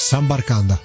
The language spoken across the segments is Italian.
Sambarcanda.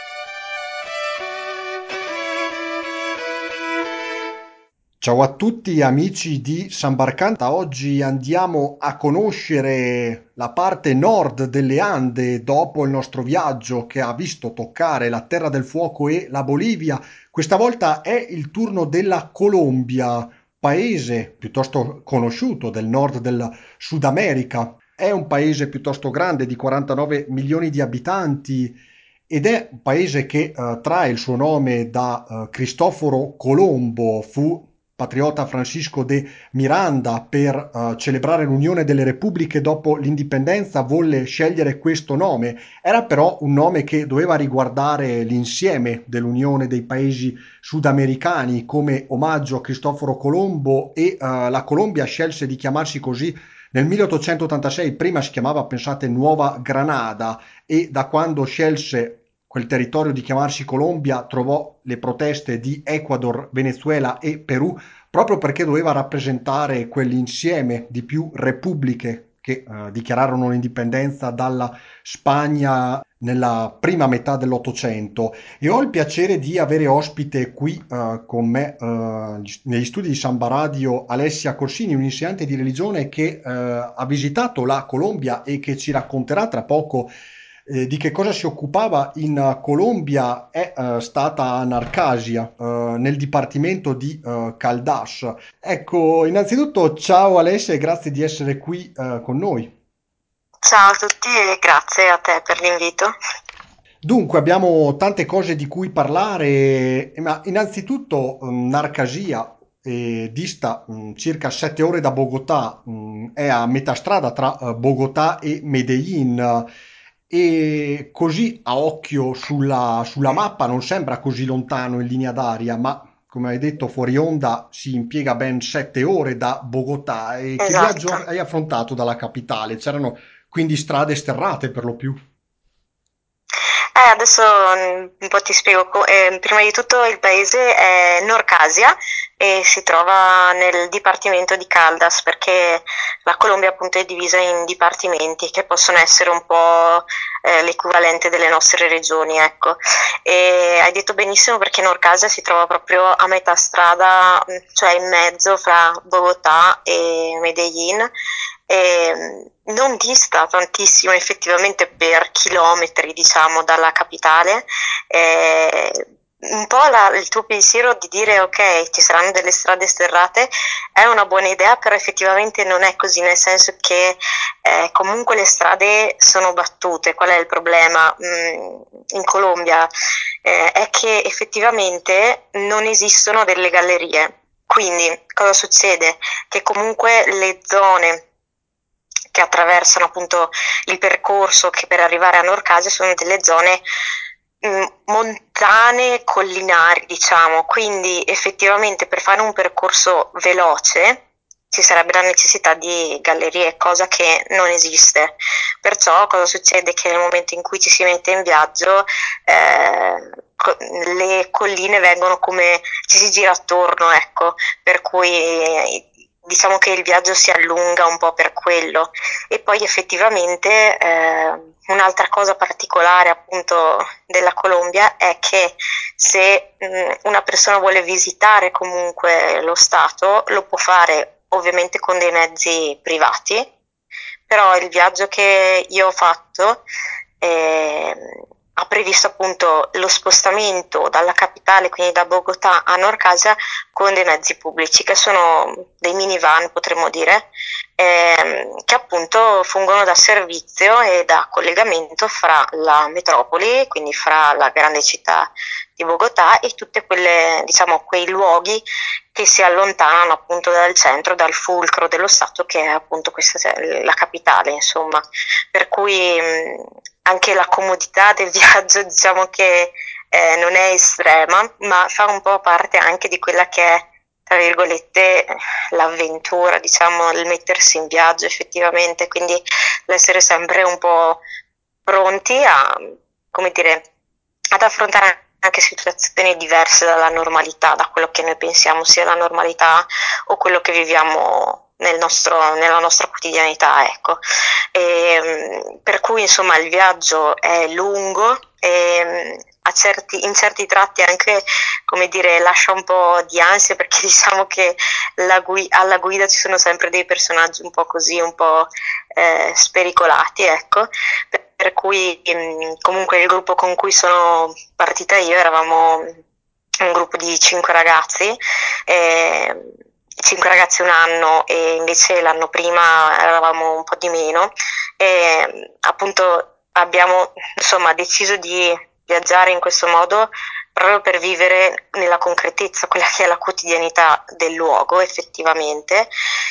Ciao a tutti amici di Sambarcanda, oggi andiamo a conoscere la parte nord delle Ande dopo il nostro viaggio che ha visto toccare la Terra del Fuoco e la Bolivia. Questa volta è il turno della Colombia, paese piuttosto conosciuto del nord del Sud America. È un paese piuttosto grande di 49 milioni di abitanti ed è un paese che trae il suo nome da Cristoforo Colombo, fu patriota Francisco de Miranda per celebrare l'unione delle repubbliche dopo l'indipendenza volle scegliere questo nome. Era però un nome che doveva riguardare l'insieme dell'unione dei paesi sudamericani come omaggio a Cristoforo Colombo e la Colombia scelse di chiamarsi così nel 1886, prima si chiamava, pensate, Nuova Granada e da quando scelse quel territorio di chiamarsi Colombia trovò le proteste di Ecuador, Venezuela e Perù proprio perché doveva rappresentare quell'insieme di più repubbliche che dichiararono l'indipendenza dalla Spagna nella prima metà dell'Ottocento. E ho il piacere di avere ospite qui con me negli studi di Samba Radio Alessia Corsini, un'insegnante di religione che ha visitato la Colombia e che ci racconterà tra poco di che cosa si occupava in Colombia. È stata a Narcasia, nel dipartimento di Caldas. Ecco, innanzitutto ciao Alessia e grazie di essere qui con noi. Ciao a tutti e grazie a te per l'invito. Dunque, abbiamo tante cose di cui parlare, ma innanzitutto Narcasia dista circa 7 ore da Bogotà, è a metà strada tra Bogotà e Medellin e così a occhio sulla mappa non sembra così lontano in linea d'aria, ma come hai detto fuori onda si impiega ben 7 ore da Bogotà. E che viaggio Esatto. hai affrontato dalla capitale? C'erano quindi strade sterrate per lo più? Adesso un po' ti spiego. Prima di tutto il paese è Norcasia e si trova nel dipartimento di Caldas perché la Colombia appunto è divisa in dipartimenti che possono essere un po' l'equivalente delle nostre regioni, ecco. E hai detto benissimo perché Norcasia si trova proprio a metà strada, cioè in mezzo fra Bogotà e Medellin. Non dista tantissimo effettivamente per chilometri, diciamo, dalla capitale. Un po' il tuo pensiero di dire ok, ci saranno delle strade sterrate è una buona idea, però effettivamente non è così, nel senso che comunque le strade sono battute. Qual è il problema? In Colombia è che effettivamente non esistono delle gallerie. Quindi cosa succede? Che comunque le zone che attraversano appunto il percorso che per arrivare a Norcasia sono delle zone montane, collinari, diciamo, quindi effettivamente per fare un percorso veloce ci sarebbe la necessità di gallerie, cosa che non esiste. Perciò cosa succede? Che nel momento in cui ci si mette in viaggio, le colline vengono come ci si gira attorno, ecco, per cui diciamo che il viaggio si allunga un po' per quello. E poi effettivamente un'altra cosa particolare appunto della Colombia è che se una persona vuole visitare comunque lo Stato lo può fare ovviamente con dei mezzi privati, però il viaggio che io ho fatto eh, ha previsto appunto lo spostamento dalla capitale, quindi da Bogotà a Norcasia, con dei mezzi pubblici che sono dei minivan, potremmo dire, che appunto fungono da servizio e da collegamento fra la metropoli, quindi fra la grande città di Bogotà e tutte quelle, diciamo, quei luoghi che si allontanano appunto dal centro, dal fulcro dello Stato che è appunto questa, la capitale, insomma. Per cui anche la comodità del viaggio, diciamo che non è estrema, ma fa un po' parte anche di quella che è, tra virgolette, l'avventura, diciamo, il mettersi in viaggio effettivamente, quindi l'essere sempre un po' pronti a, come dire, ad affrontare anche situazioni diverse dalla normalità, da quello che noi pensiamo sia la normalità o quello che viviamo nella nostra quotidianità, ecco. Per cui insomma il viaggio è lungo e in certi tratti anche, come dire, lascia un po' di ansia perché diciamo che alla guida ci sono sempre dei personaggi un po' così, un po' spericolati, ecco. Per cui comunque il gruppo con cui sono partita io eravamo un gruppo di 5 ragazzi, eh, 5 ragazzi un anno e invece l'anno prima eravamo un po' di meno e appunto abbiamo insomma deciso di viaggiare in questo modo proprio per vivere nella concretezza quella che è la quotidianità del luogo effettivamente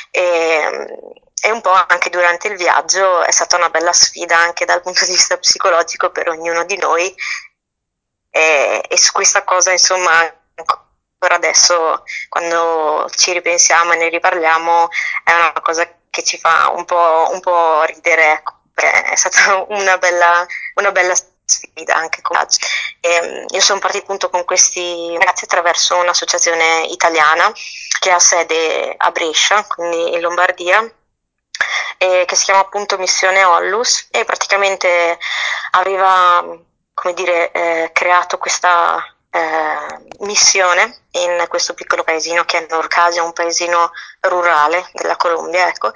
e un po' anche durante il viaggio è stata una bella sfida anche dal punto di vista psicologico per ognuno di noi e su questa cosa insomma ancora adesso quando ci ripensiamo e ne riparliamo è una cosa che ci fa un po' ridere, ecco. È stata una bella sfida anche con oggi. Io sono partita appunto con questi ragazzi attraverso un'associazione italiana che ha sede a Brescia, quindi in Lombardia, che si chiama appunto Missione Ollus e praticamente aveva, come dire, creato questa missione in questo piccolo paesino che è Norcasia, un paesino rurale della Colombia, ecco,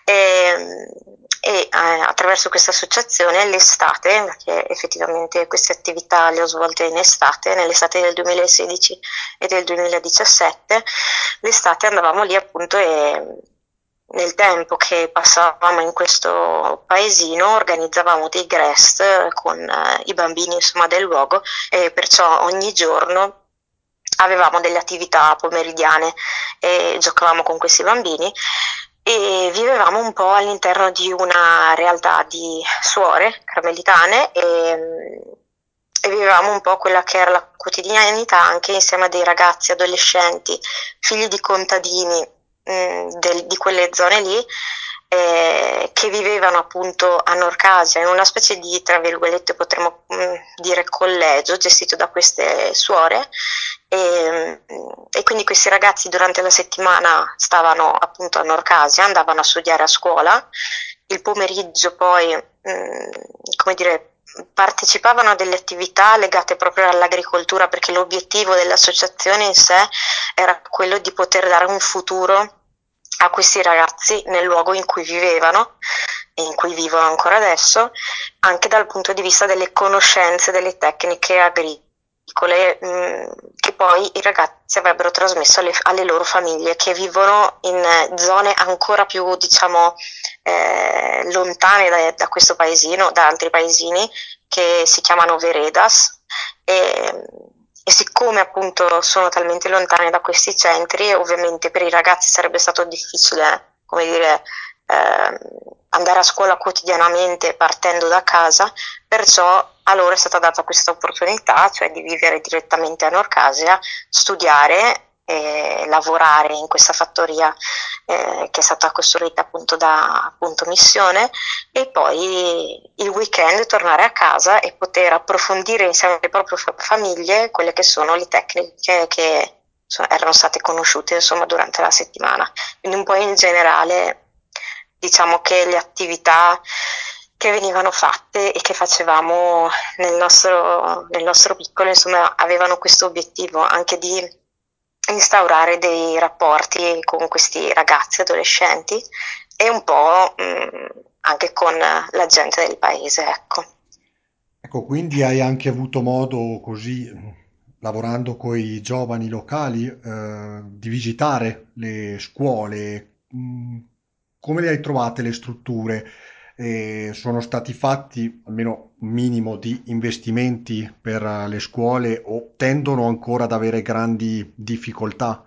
attraverso questa associazione l'estate, perché effettivamente queste attività le ho svolte in estate, nell'estate del 2016 e del 2017, l'estate andavamo lì appunto e nel tempo che passavamo in questo paesino organizzavamo dei guest con i bambini insomma del luogo e perciò ogni giorno avevamo delle attività pomeridiane e giocavamo con questi bambini e vivevamo un po' all'interno di una realtà di suore carmelitane e vivevamo un po' quella che era la quotidianità anche insieme a dei ragazzi, adolescenti, figli di contadini di quelle zone lì che vivevano appunto a Norcasia in una specie di, tra virgolette, potremmo dire collegio gestito da queste suore e quindi questi ragazzi durante la settimana stavano appunto a Norcasia, andavano a studiare a scuola, il pomeriggio poi, come dire, partecipavano a delle attività legate proprio all'agricoltura perché l'obiettivo dell'associazione in sé era quello di poter dare un futuro a questi ragazzi nel luogo in cui vivevano e in cui vivono ancora adesso, anche dal punto di vista delle conoscenze, delle tecniche agricole che poi i ragazzi avrebbero trasmesso alle loro famiglie che vivono in zone ancora più, diciamo, lontane da questo paesino, da altri paesini che si chiamano veredas e, e siccome appunto sono talmente lontane da questi centri, ovviamente per i ragazzi sarebbe stato difficile, come dire, eh, andare a scuola quotidianamente partendo da casa, perciò a loro è stata data questa opportunità, cioè di vivere direttamente a Norcasia, studiare e lavorare in questa fattoria che è stata costruita appunto da appunto Missione e poi il weekend tornare a casa e poter approfondire insieme alle proprie famiglie quelle che sono le tecniche che insomma, erano state conosciute insomma, durante la settimana. Quindi un po' in generale diciamo che le attività che venivano fatte e che facevamo nel nostro piccolo insomma, avevano questo obiettivo anche di instaurare dei rapporti con questi ragazzi adolescenti e un po' anche con la gente del paese, ecco. Ecco, quindi hai anche avuto modo così, lavorando con i giovani locali, di visitare le scuole. Come le hai trovate le strutture? Sono stati fatti almeno un minimo di investimenti per le scuole o tendono ancora ad avere grandi difficoltà?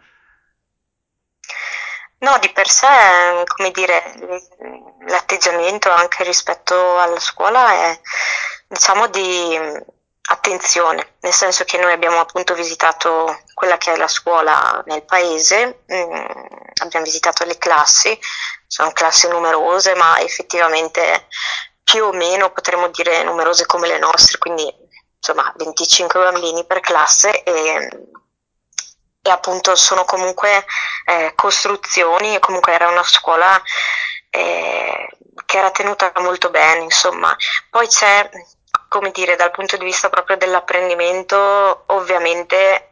No, di per sé, come dire, l'atteggiamento anche rispetto alla scuola è, diciamo, di attenzione, nel senso che noi abbiamo appunto visitato quella che è la scuola nel paese, abbiamo visitato le classi, sono classi numerose, ma effettivamente più o meno potremmo dire numerose come le nostre, quindi insomma 25 bambini per classe e appunto sono comunque costruzioni, e comunque era una scuola eh, che era tenuta molto bene, insomma. Poi c'è, come dire, dal punto di vista proprio dell'apprendimento, ovviamente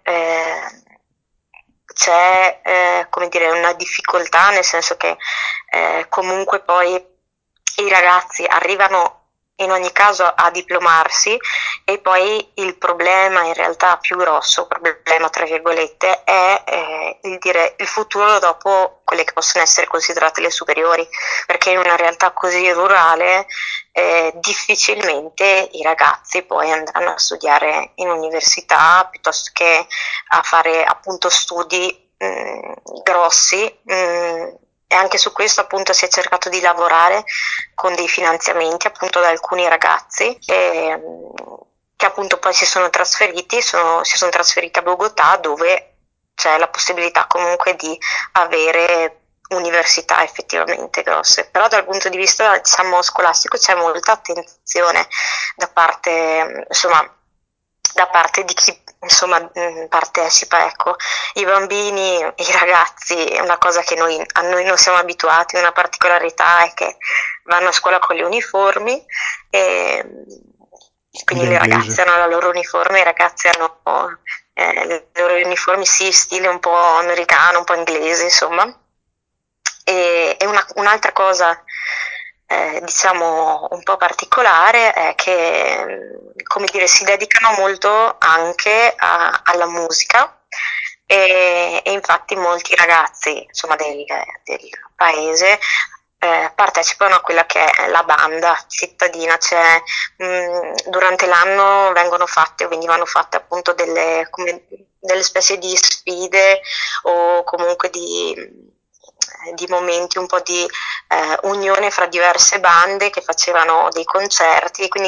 c'è, come dire, una difficoltà, nel senso che comunque poi i ragazzi arrivano in ogni caso a diplomarsi e poi il problema in realtà più grosso, problema tra virgolette, è il dire il futuro dopo quelle che possono essere considerate le superiori, perché in una realtà così rurale difficilmente i ragazzi poi andranno a studiare in università piuttosto che a fare appunto studi grossi, e anche su questo appunto si è cercato di lavorare con dei finanziamenti appunto da alcuni ragazzi che appunto poi si sono trasferiti a Bogotà, dove c'è la possibilità comunque di avere università effettivamente grosse, però dal punto di vista diciamo scolastico c'è molta attenzione da parte insomma da parte di chi insomma partecipa, ecco. I bambini, i ragazzi, è una cosa che a noi non siamo abituati, una particolarità è che vanno a scuola con le uniformi e quindi Stile le ragazze inglese. hanno la loro uniforme, i ragazzi hanno le loro uniformi, sì, stile un po' americano, un po' inglese, insomma. E un'altra cosa, diciamo, un po' particolare è che, come dire, si dedicano molto anche alla musica e infatti molti ragazzi, insomma, del paese partecipano a quella che è la banda cittadina, cioè durante l'anno vengono fatte o venivano fatte appunto delle specie di sfide o comunque di momenti un po' di unione fra diverse bande che facevano dei concerti, quindi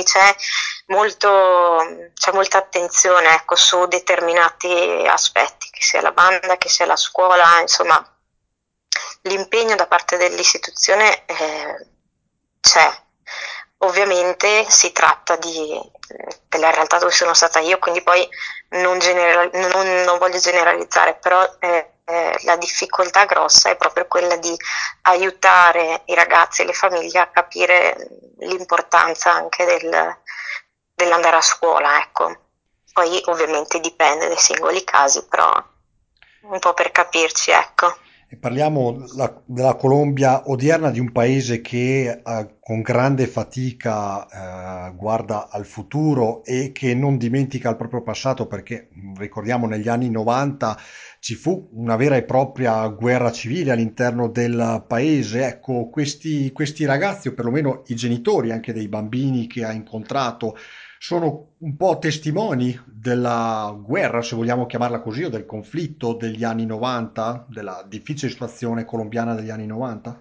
c'è molta attenzione ecco, su determinati aspetti, che sia la banda, che sia la scuola, insomma l'impegno da parte dell'istituzione c'è. Ovviamente si tratta della realtà dove sono stata io, quindi poi non voglio generalizzare, però la difficoltà grossa è proprio quella di aiutare i ragazzi e le famiglie a capire l'importanza anche dell'andare a scuola, ecco. Poi ovviamente dipende dai singoli casi, però un po' per capirci, ecco. E parliamo della Colombia odierna, di un paese che con grande fatica guarda al futuro e che non dimentica il proprio passato, perché ricordiamo negli anni 90 ci fu una vera e propria guerra civile all'interno del paese. Ecco, questi ragazzi, o perlomeno i genitori anche dei bambini che ha incontrato, sono un po' testimoni della guerra, se vogliamo chiamarla così, o del conflitto degli anni 90, della difficile situazione colombiana degli anni 90.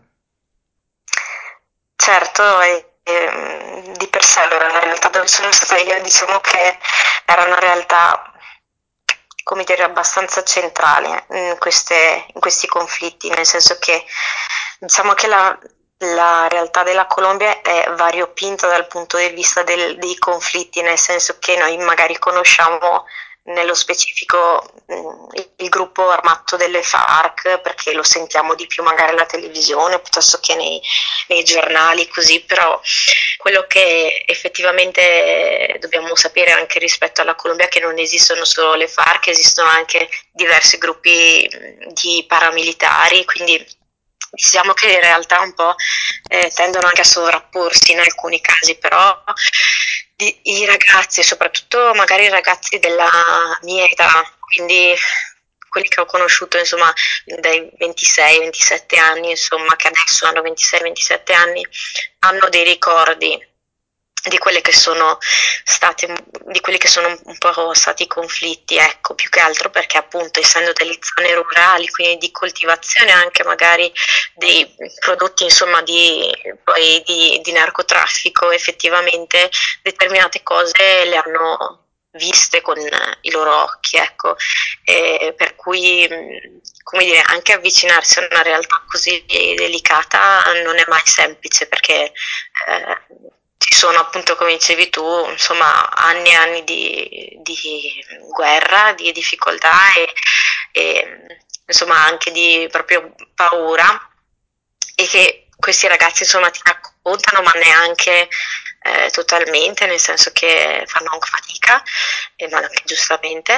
Certo, di per sé allora la realtà dove sono stata io diciamo che era una realtà, come dire, abbastanza centrale in questi conflitti, nel senso che diciamo che la realtà della Colombia è variopinta dal punto di vista dei conflitti, nel senso che noi magari conosciamo nello specifico il gruppo armato delle FARC perché lo sentiamo di più magari alla televisione piuttosto che nei giornali, così, però quello che effettivamente dobbiamo sapere anche rispetto alla Colombia è che non esistono solo le FARC, esistono anche diversi gruppi di paramilitari, quindi diciamo che in realtà un po' tendono anche a sovrapporsi in alcuni casi, però i ragazzi, soprattutto magari i ragazzi della mia età, quindi quelli che ho conosciuto insomma dai 26-27 anni, insomma, che adesso hanno 26-27 anni, hanno dei ricordi di quelle che sono di quelli che sono un po' stati i conflitti, ecco, più che altro perché appunto essendo delle zone rurali, quindi di coltivazione anche magari dei prodotti insomma di narcotraffico, effettivamente determinate cose le hanno viste con i loro occhi, ecco, per cui come dire, anche avvicinarsi a una realtà così delicata non è mai semplice perché sono appunto, come dicevi tu, insomma, anni e anni di guerra, di difficoltà insomma anche di proprio paura e che questi ragazzi insomma ti raccontano, ma neanche totalmente, nel senso che fanno anche fatica, ma anche giustamente.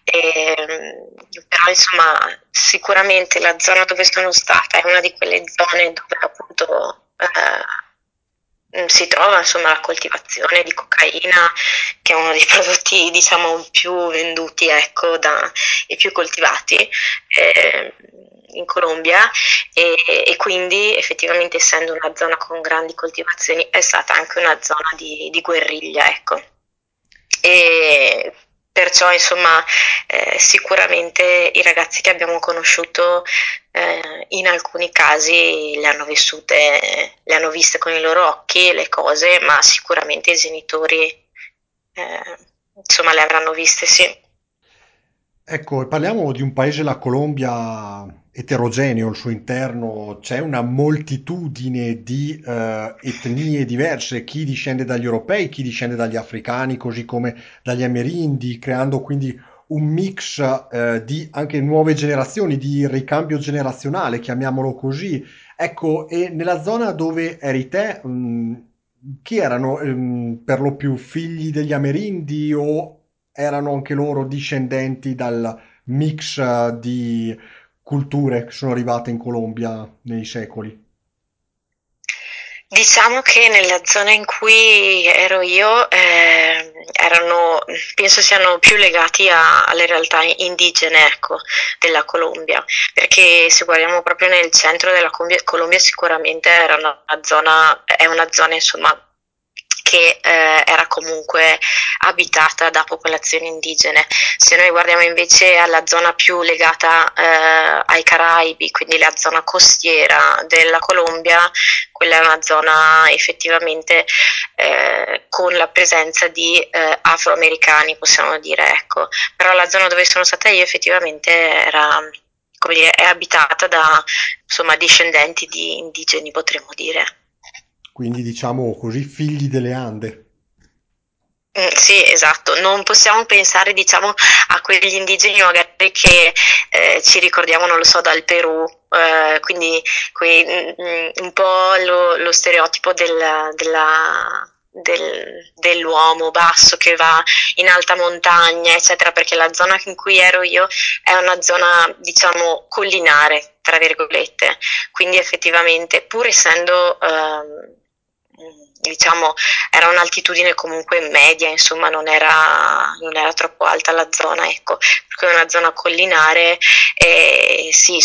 Però insomma sicuramente la zona dove sono stata è una di quelle zone dove appunto si trova insomma la coltivazione di cocaina, che è uno dei prodotti diciamo più venduti, ecco, e più coltivati eh, in Colombia e quindi effettivamente essendo una zona con grandi coltivazioni è stata anche una zona di guerriglia, ecco. E perciò insomma sicuramente i ragazzi che abbiamo conosciuto in alcuni casi le hanno viste con i loro occhi le cose, ma sicuramente i genitori insomma le avranno viste, sì. Ecco, e parliamo di un paese, la Colombia, eterogeneo al suo interno, c'è una moltitudine di etnie diverse, chi discende dagli europei, chi discende dagli africani, così come dagli amerindi, creando quindi un mix di anche nuove generazioni, di ricambio generazionale, chiamiamolo così. Ecco, e nella zona dove eri te, chi erano per lo più figli degli amerindi o erano anche loro discendenti dal mix di culture che sono arrivate in Colombia nei secoli? Diciamo che nella zona in cui ero io penso siano più legati alle realtà indigene, ecco, della Colombia, perché se guardiamo proprio nel centro della Colombia sicuramente è una zona insomma che era comunque abitata da popolazioni indigene. Se noi guardiamo invece alla zona più legata ai Caraibi, quindi la zona costiera della Colombia, quella è una zona effettivamente con la presenza di afroamericani, possiamo dire, ecco. Però la zona dove sono stata io effettivamente era, come dire, è abitata da insomma discendenti di indigeni, potremmo dire. Quindi diciamo così, figli delle Ande. Sì, esatto, non possiamo pensare, diciamo, a quegli indigeni magari che ci ricordiamo, non lo so, dal Perù, quindi un po' lo stereotipo dell'uomo basso che va in alta montagna, eccetera, perché la zona in cui ero io è una zona, diciamo, collinare, tra virgolette, quindi effettivamente, pur essendo, diciamo, era un'altitudine comunque media, insomma, non era troppo alta la zona, ecco, perché è una zona collinare e sì,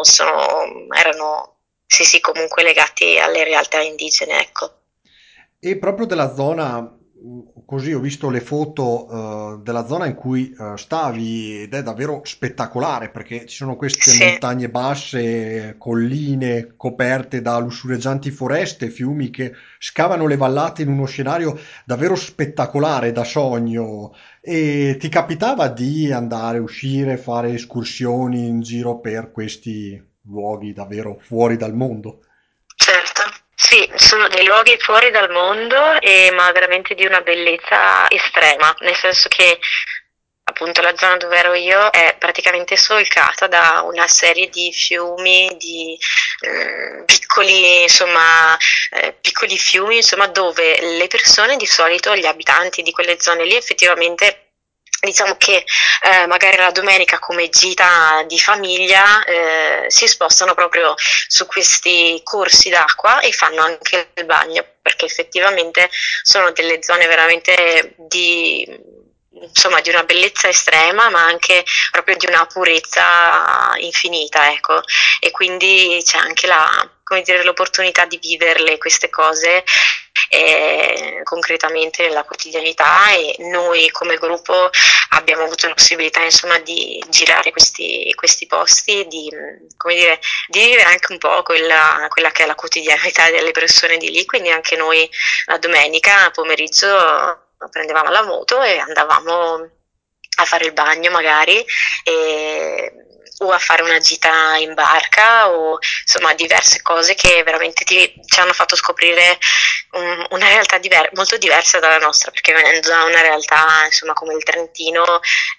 erano, sì, sì, comunque legati alle realtà indigene, ecco. E proprio della zona, così ho visto le foto della zona in cui stavi ed è davvero spettacolare perché ci sono queste Sì. montagne basse, colline coperte da lussureggianti foreste, fiumi che scavano le vallate in uno scenario davvero spettacolare da sogno. E ti capitava di andare, uscire, fare escursioni in giro per questi luoghi davvero fuori dal mondo? Certo, sì, sono dei luoghi fuori dal mondo, ma veramente di una bellezza estrema, nel senso che appunto la zona dove ero io è praticamente solcata da una serie di fiumi, di piccoli, insomma, piccoli fiumi, insomma, dove le persone di solito, gli abitanti di quelle zone lì effettivamente diciamo che magari la domenica come gita di famiglia si spostano proprio su questi corsi d'acqua e fanno anche il bagno, perché effettivamente sono delle zone veramente insomma, di una bellezza estrema, ma anche proprio di una purezza infinita, ecco. E quindi c'è anche come dire, l'opportunità di viverle queste cose concretamente nella quotidianità e noi come gruppo abbiamo avuto la possibilità insomma di girare questi posti e come dire, di vivere anche un po' quella che è la quotidianità delle persone di lì, quindi anche noi la domenica pomeriggio prendevamo la moto e andavamo a fare il bagno magari, e, o a fare una gita in barca, o insomma diverse cose che veramente ci hanno fatto scoprire una realtà molto diversa dalla nostra, perché venendo da una realtà insomma come il Trentino,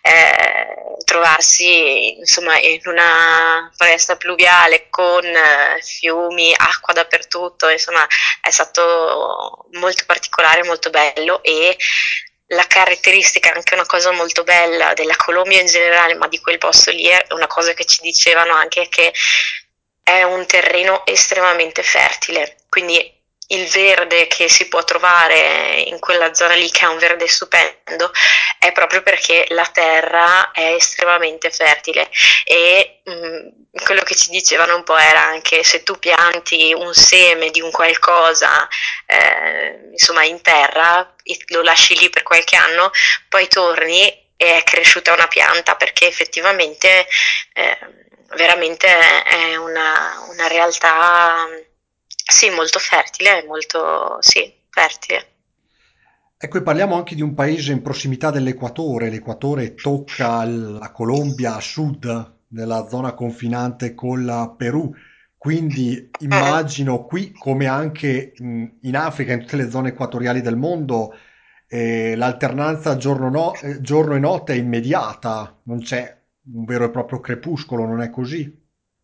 trovarsi insomma in una foresta pluviale con fiumi, acqua dappertutto, insomma è stato molto particolare, molto bello. E la caratteristica, anche una cosa molto bella della Colombia in generale, ma di quel posto lì, è una cosa che ci dicevano anche, che è un terreno estremamente fertile, quindi il verde che si può trovare in quella zona lì, che è un verde stupendo, è proprio perché la terra è estremamente fertile. E quello che ci dicevano un po' era anche, se tu pianti un seme di un qualcosa insomma in terra e lo lasci lì per qualche anno, poi torni e è cresciuta una pianta, perché effettivamente eh, veramente è una realtà, sì, molto fertile, molto, sì, fertile. Ecco, e parliamo anche di un paese in prossimità dell'equatore. L'equatore tocca la Colombia a sud, nella zona confinante con la Perù. Quindi Mm. immagino qui, come anche in Africa, in tutte le zone equatoriali del mondo, l'alternanza giorno e notte è immediata, non c'è un vero e proprio crepuscolo, non è così?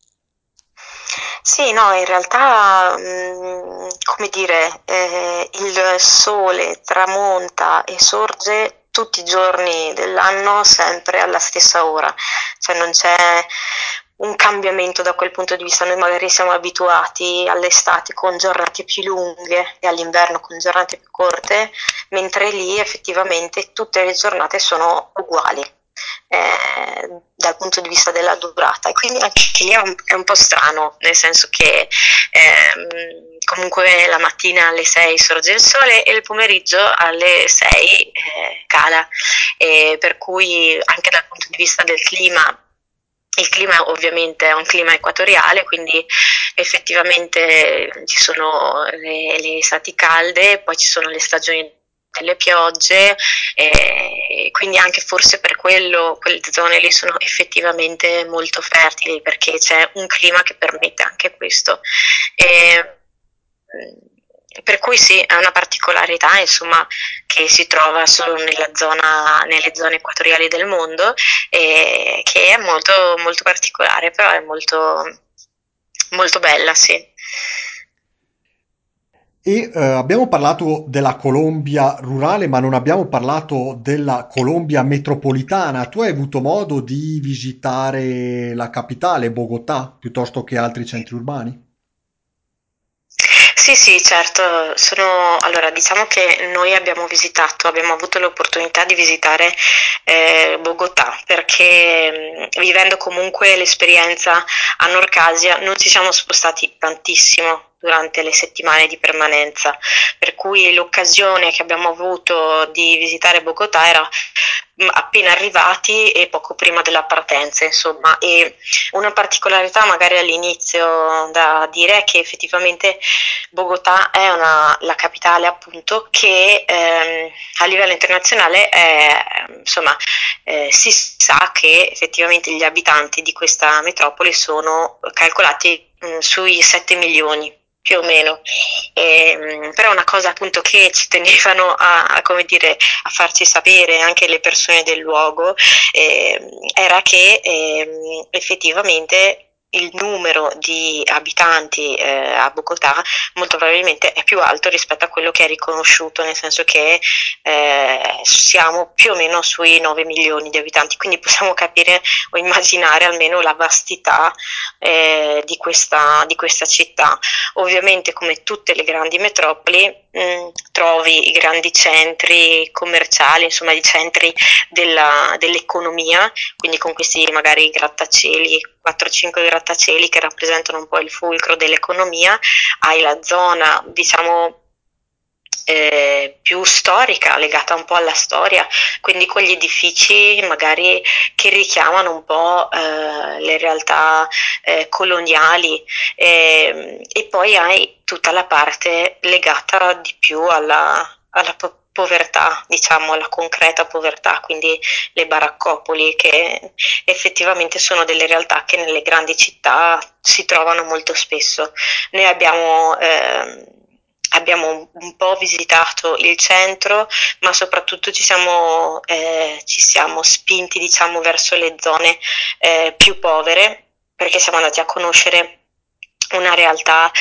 Sì, no, in realtà, come dire, il sole tramonta e sorge tutti i giorni dell'anno sempre alla stessa ora, cioè non c'è un cambiamento da quel punto di vista. Noi magari siamo abituati all'estate con giornate più lunghe e all'inverno con giornate più corte, mentre lì effettivamente tutte le giornate sono uguali dal punto di vista della durata, e quindi anche lì è un po' strano, nel senso che comunque la mattina alle 6 sorge il sole e il pomeriggio alle 6 cala, e per cui anche dal punto di vista del clima, il clima ovviamente è un clima equatoriale, quindi effettivamente ci sono le estati calde, poi ci sono le stagioni delle piogge, e quindi anche forse per quello quelle zone lì sono effettivamente molto fertili, perché c'è un clima che permette anche questo. E, per cui sì, è una particolarità, insomma, che si trova solo nelle zone equatoriali del mondo, e che è molto, molto particolare, però è molto, molto bella, sì. Abbiamo parlato della Colombia rurale, ma non abbiamo parlato della Colombia metropolitana. Tu hai avuto modo di visitare la capitale, Bogotà, piuttosto che altri centri urbani? Sì, sì, certo, allora, diciamo che noi abbiamo avuto l'opportunità di visitare Bogotà, perché vivendo comunque l'esperienza a Nord Casia non ci siamo spostati tantissimo durante le settimane di permanenza, per cui l'occasione che abbiamo avuto di visitare Bogotà era appena arrivati e poco prima della partenza, insomma. E una particolarità magari all'inizio da dire è che effettivamente Bogotà è la capitale, appunto, che a livello internazionale insomma, si sa che effettivamente gli abitanti di questa metropoli sono calcolati sui 7 milioni più o meno. Però è una cosa appunto che ci tenevano come dire, a farci sapere anche le persone del luogo, era che effettivamente il numero di abitanti a Bogotà molto probabilmente è più alto rispetto a quello che è riconosciuto, nel senso che siamo più o meno sui 9 milioni di abitanti, quindi possiamo capire o immaginare almeno la vastità di questa città. Ovviamente, come tutte le grandi metropoli, trovi i grandi centri commerciali, insomma i centri dell'economia, quindi con questi magari grattacieli, 4-5 grattacieli che rappresentano un po' il fulcro dell'economia. Hai la zona, diciamo, più storica, legata un po' alla storia, quindi con gli edifici magari che richiamano un po' le realtà coloniali, e poi hai tutta la parte legata di più povertà, diciamo, alla concreta povertà, quindi le baraccopoli, che effettivamente sono delle realtà che nelle grandi città si trovano molto spesso. Noi abbiamo un po' visitato il centro, ma soprattutto ci siamo spinti, diciamo, verso le zone più povere, perché siamo andati a conoscere una realtà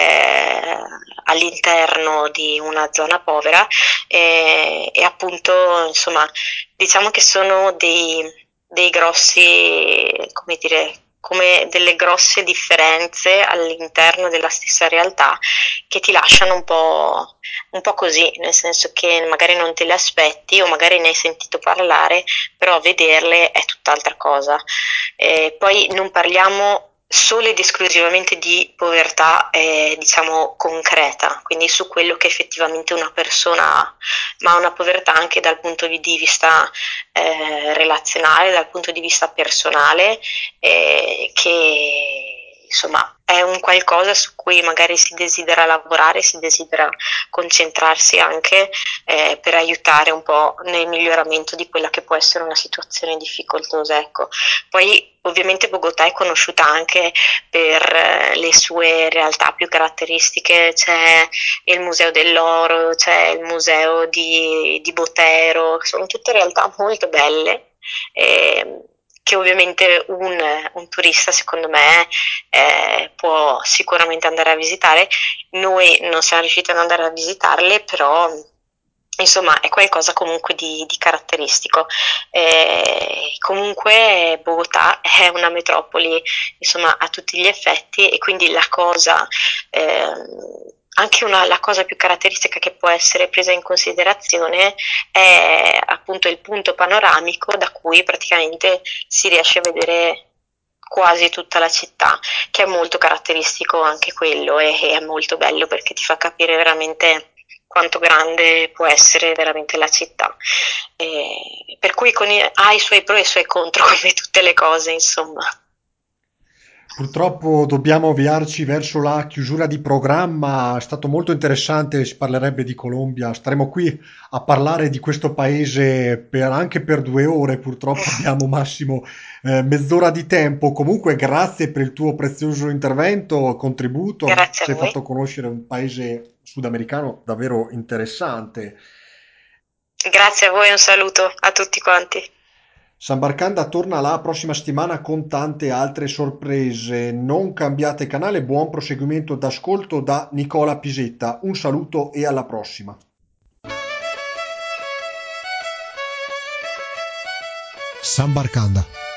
all'interno di una zona povera e appunto, insomma, diciamo che sono dei grossi, come dire, come delle grosse differenze all'interno della stessa realtà che ti lasciano un po' così, nel senso che magari non te le aspetti o magari ne hai sentito parlare, però vederle è tutt'altra cosa. Poi non parliamo solo ed esclusivamente di povertà, diciamo, concreta, quindi su quello che effettivamente una persona ha, ma una povertà anche dal punto di vista relazionale, dal punto di vista personale, che insomma è un qualcosa su cui magari si desidera lavorare, si desidera concentrarsi anche per aiutare un po' nel miglioramento di quella che può essere una situazione difficoltosa, ecco. Poi ovviamente Bogotà è conosciuta anche per le sue realtà più caratteristiche, c'è il Museo dell'Oro, c'è il Museo di Botero, sono tutte realtà molto belle, eh, che ovviamente un turista secondo me può sicuramente andare a visitare. Noi non siamo riusciti ad andare a visitarle, però insomma è qualcosa comunque di caratteristico. Comunque Bogotà è una metropoli, insomma, a tutti gli effetti, e quindi anche la cosa più caratteristica che può essere presa in considerazione è appunto il punto panoramico da cui praticamente si riesce a vedere quasi tutta la città, che è molto caratteristico anche quello, e è molto bello perché ti fa capire veramente quanto grande può essere veramente la città. Per cui ha i suoi pro e i suoi contro, come tutte le cose, insomma. Purtroppo dobbiamo avviarci verso la chiusura di programma. È stato molto interessante, si parlerebbe di Colombia. Staremo qui a parlare di questo paese anche per 2 ore. Purtroppo abbiamo massimo mezz'ora di tempo. Comunque, grazie per il tuo prezioso intervento, contributo. Grazie a Ci hai voi. fatto conoscere un paese sudamericano davvero interessante. Grazie a voi, un saluto a tutti quanti. Sambarcanda torna la prossima settimana con tante altre sorprese. Non cambiate canale, buon proseguimento d'ascolto da Nicola Pisetta. Un saluto e alla prossima. Sambarcanda